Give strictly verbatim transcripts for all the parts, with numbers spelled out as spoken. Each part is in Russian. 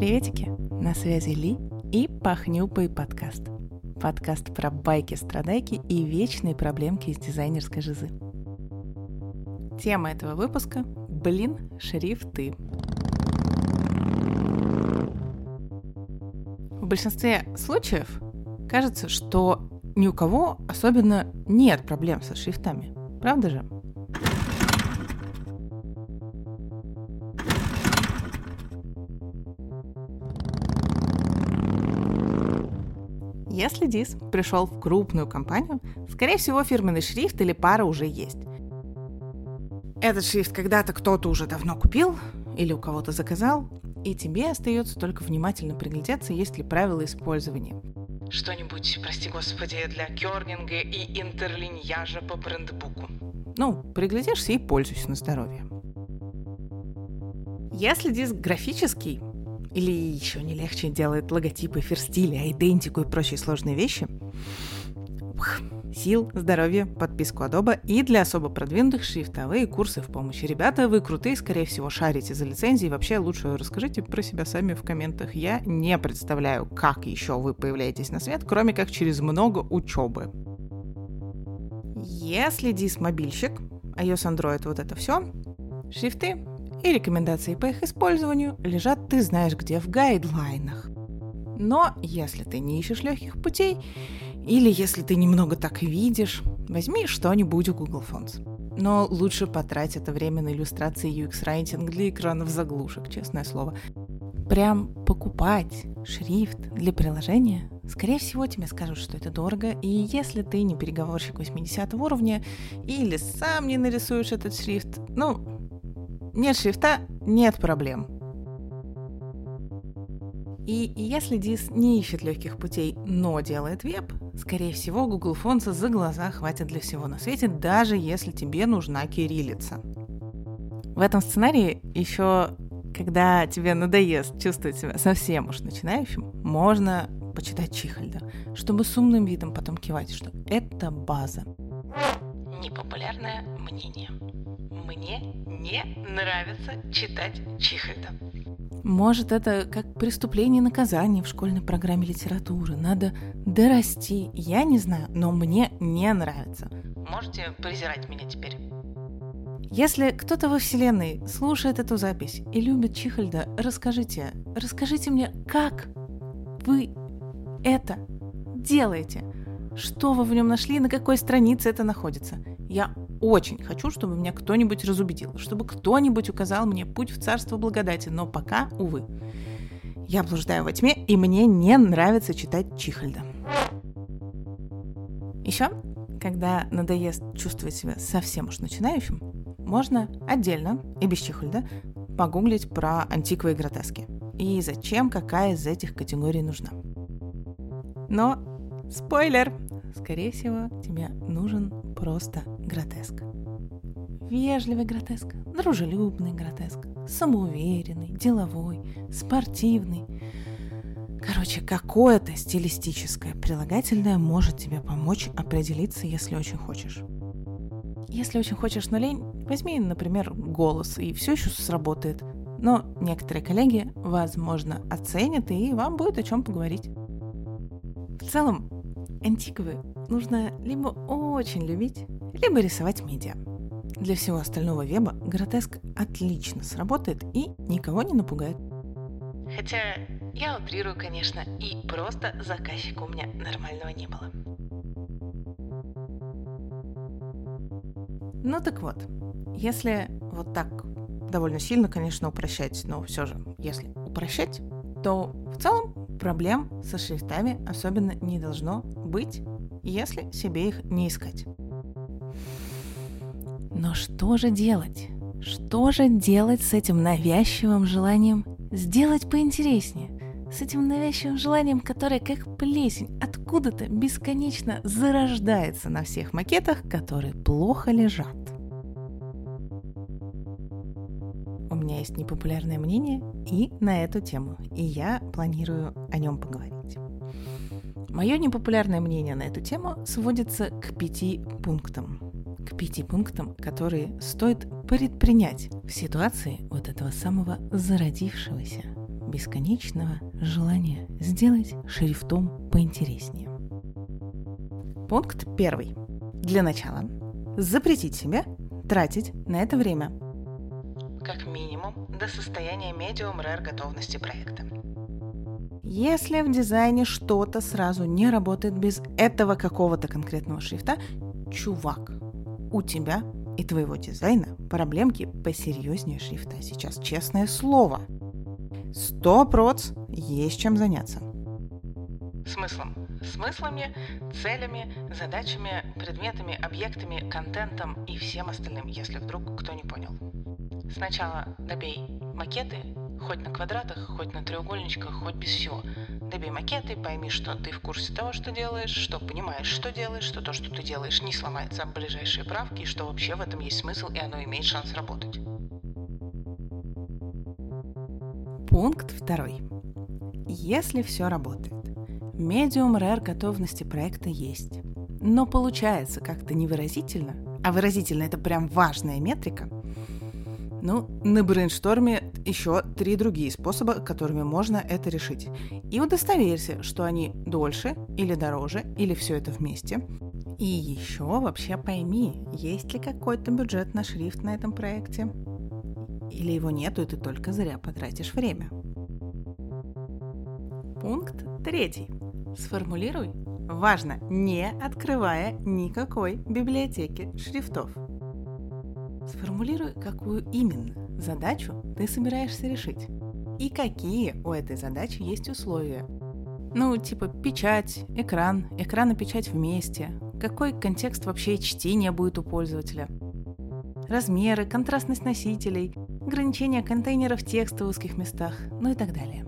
Приветики, на связи Ли и Пахнюпай подкаст. Подкаст про байки-страдайки и вечные проблемки из дизайнерской жизы. Тема этого выпуска – блин, шрифты. В большинстве случаев кажется, что ни у кого особенно нет проблем со шрифтами. Правда же? Если Дис пришел в крупную компанию, скорее всего, фирменный шрифт или пара уже есть. Этот шрифт когда-то кто-то уже давно купил или у кого-то заказал, и тебе остается только внимательно приглядеться, есть ли правила использования. Что-нибудь, прости господи, для кернинга и интерлиньяжа по брендбуку. Ну, приглядишься и пользуйся на здоровье. Если диск графический, или еще не легче делает логотипы, фирстили, айдентику и прочие сложные вещи, ух, сил, здоровья, подписку Adobe и для особо продвинутых шрифтовые курсы в помощь. Ребята, вы крутые, скорее всего, шарите за лицензии. Вообще, лучше расскажите про себя сами в комментах. Я не представляю, как еще вы появляетесь на свет, кроме как через много учебы. Если дис-мобильщик, iOS, Android, вот это все, шрифты и рекомендации по их использованию лежат ты знаешь где, в гайдлайнах. Но если ты не ищешь легких путей, или если ты немного так видишь, возьми что-нибудь у Google Fonts. Но лучше потрать это время на иллюстрации ю экс-райтинг для экранов заглушек, честное слово. Прям покупать шрифт для приложения, скорее всего, тебе скажут, что это дорого, и если ты не переговорщик восьмидесятого уровня или сам не нарисуешь этот шрифт, ну, нет шрифта, нет проблем. И если дис не ищет легких путей, но делает веб, скорее всего, Google Fonts за глаза хватит для всего на свете, даже если тебе нужна кириллица. В этом сценарии еще, когда тебе надоест чувствовать себя совсем уж начинающим, можно почитать Чихольда, чтобы с умным видом потом кивать, что это база. Непопулярное мнение. Мне не нравится читать Чихольда. Может, это как преступление и наказание в школьной программе литературы. Надо дорасти. Я не знаю, но мне не нравится. Можете презирать меня теперь. Если кто-то во вселенной слушает эту запись и любит Чихольда, расскажите, расскажите мне, как вы это делаете. Что вы в нем нашли, на какой странице это находится. Я очень хочу, чтобы меня кто-нибудь разубедил, чтобы кто-нибудь указал мне путь в царство благодати, но пока, увы. Я блуждаю во тьме, и мне не нравится читать Чихольда. Еще, когда надоест чувствовать себя совсем уж начинающим, можно отдельно и без Чихольда погуглить про антиквы и гротески. И зачем какая из этих категорий нужна. Но спойлер! Скорее всего, тебе нужен просто гротеск. Вежливый гротеск, дружелюбный гротеск, самоуверенный, деловой, спортивный. Короче, какое-то стилистическое прилагательное может тебе помочь определиться, если очень хочешь. Если очень хочешь, но лень, возьми, например, голос, и все еще сработает. Но некоторые коллеги, возможно, оценят, и вам будет о чем поговорить. В целом, антиквы нужно либо очень любить, либо рисовать медиа. Для всего остального веба гротеск отлично сработает и никого не напугает. Хотя я утрирую, конечно, и просто заказчика у меня нормального не было. Ну так вот, если вот так довольно сильно, конечно, упрощать, но все же, если упрощать, то в целом проблем со шрифтами особенно не должно быть, если себе их не искать. Но что же делать? Что же делать с этим навязчивым желанием сделать поинтереснее? С этим навязчивым желанием, которое, как плесень, откуда-то бесконечно зарождается на всех макетах, которые плохо лежат. У меня есть непопулярное мнение и на эту тему, и я планирую о нем поговорить. Мое непопулярное мнение на эту тему сводится к пяти пунктам. К пяти пунктам, которые стоит предпринять в ситуации вот этого самого зародившегося бесконечного желания сделать шрифтом поинтереснее. Пункт первый. Для начала запретить себе тратить на это время. Как минимум до состояния medium rare готовности проекта. Если в дизайне что-то сразу не работает без этого какого-то конкретного шрифта, чувак, у тебя и твоего дизайна проблемки посерьезнее шрифта. Сейчас честное слово. Сто проц есть чем заняться. Смыслом. Смыслами, целями, задачами, предметами, объектами, контентом и всем остальным, если вдруг кто не понял. Сначала добей макеты, хоть на квадратах, хоть на треугольничках, хоть без всего. Добей макеты, пойми, что ты в курсе того, что делаешь, что понимаешь, что делаешь, что то, что ты делаешь, не сломается об ближайшие правки, и что вообще в этом есть смысл, и оно имеет шанс работать. Пункт второй. Если все работает, medium rare готовности проекта есть, но получается как-то невыразительно, а выразительно это прям важная метрика, ну, на брейншторме еще три другие способа, которыми можно это решить. И удостоверься, что они дольше или дороже, или все это вместе. И еще вообще пойми, есть ли какой-то бюджет на шрифт на этом проекте. Или его нету, и ты только зря потратишь время. Пункт третий. Сформулируй, важно, не открывая никакой библиотеки шрифтов. Сформулируй, какую именно задачу ты собираешься решить. И какие у этой задачи есть условия. Ну, типа печать, экран, экран и печать вместе. Какой контекст вообще чтения будет у пользователя. Размеры, контрастность носителей, ограничение контейнеров текста в узких местах, ну и так далее.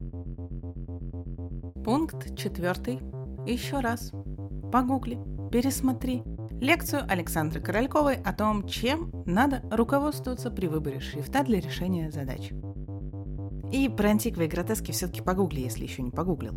Пункт четвертый. Еще раз. Погугли, пересмотри лекцию Александры Корольковой о том, чем надо руководствоваться при выборе шрифта для решения задач. И про антиквы и гротески все-таки погугли, если еще не погуглил.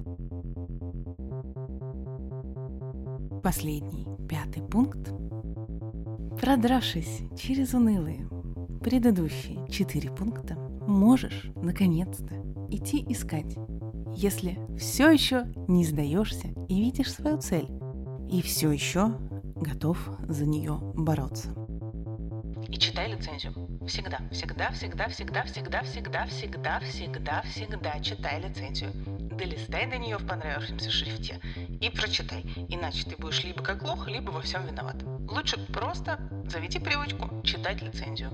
Последний, пятый пункт. Продравшись через унылые предыдущие четыре пункта, можешь, наконец-то, идти искать, если все еще не сдаешься и видишь свою цель, и все еще готов за нее бороться. И читай лицензию. Всегда, всегда, всегда, всегда, всегда, всегда, всегда, всегда, всегда читай лицензию. Долистай до нее в понравившемся шрифте и прочитай. Иначе ты будешь либо как лох, либо во всем виноват. Лучше просто заведи привычку читать лицензию.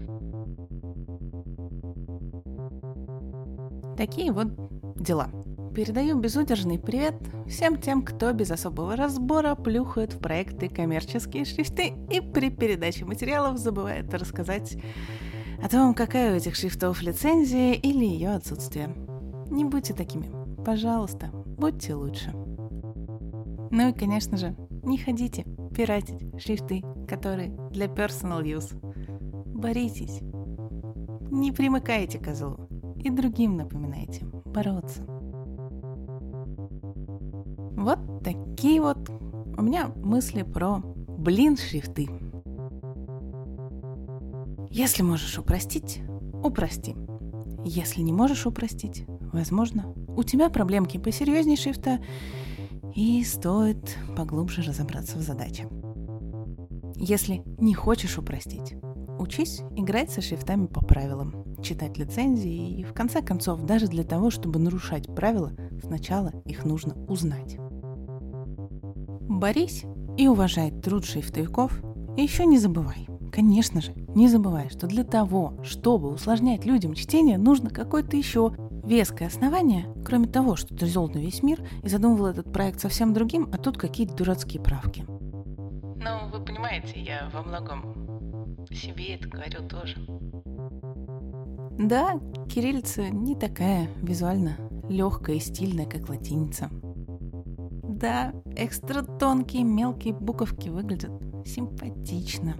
Такие вот дела. Передаю безудержный привет всем тем, кто без особого разбора плюхает в проекты коммерческие шрифты и при передаче материалов забывает рассказать о том, какая у этих шрифтов лицензия или ее отсутствие. Не будьте такими. Пожалуйста, будьте лучше. Ну и, конечно же, не ходите пиратить шрифты, которые для personal use. Боритесь. Не примыкайте к злу. И другим напоминайте бороться. Вот такие вот у меня мысли про, блин, шрифты. Если можешь упростить, упрости. Если не можешь упростить, возможно, у тебя проблемки посерьезнее шрифта, и стоит поглубже разобраться в задаче. Если не хочешь упростить, учись играть со шрифтами по правилам, читать лицензии, и в конце концов, даже для того, чтобы нарушать правила, сначала их нужно узнать. Борись и уважай труд шрифтовиков, и еще не забывай, конечно же, не забывай, что для того, чтобы усложнять людям чтение, нужно какое-то еще веское основание, кроме того, что ты зол на весь мир и задумывал этот проект совсем другим, а тут какие-то дурацкие правки. Ну, вы понимаете, я во многом себе это говорю тоже. Да, кириллица не такая визуально легкая и стильная, как латиница. Да, экстра тонкие мелкие буковки выглядят симпатично.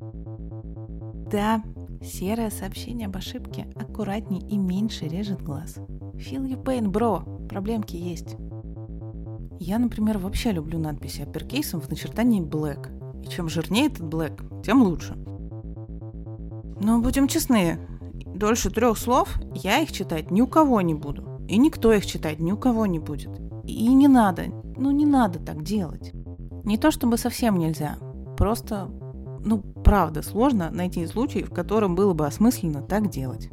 Да, серое сообщение об ошибке аккуратней и меньше режет глаз. Feel your pain, bro. Проблемки есть. Я, например, вообще люблю надписи апперкейсом в начертании black. И чем жирнее этот black, тем лучше. Но будем честны, Дольше трех слов я их читать ни у кого не буду. И никто их читать ни у кого не будет. И не надо, ну не надо так делать. Не то чтобы совсем нельзя, просто, ну правда, сложно найти случай, в котором было бы осмысленно так делать.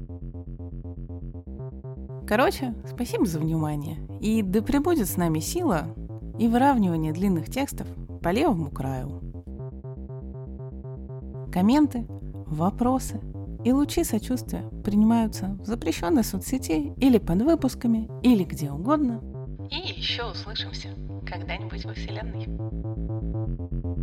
Короче, спасибо за внимание. И да пребудет с нами сила и выравнивание длинных текстов по левому краю. Комменты, вопросы и лучи сочувствия принимаются в запрещенной соцсети или под выпусками, или где угодно. И еще услышимся когда-нибудь во Вселенной.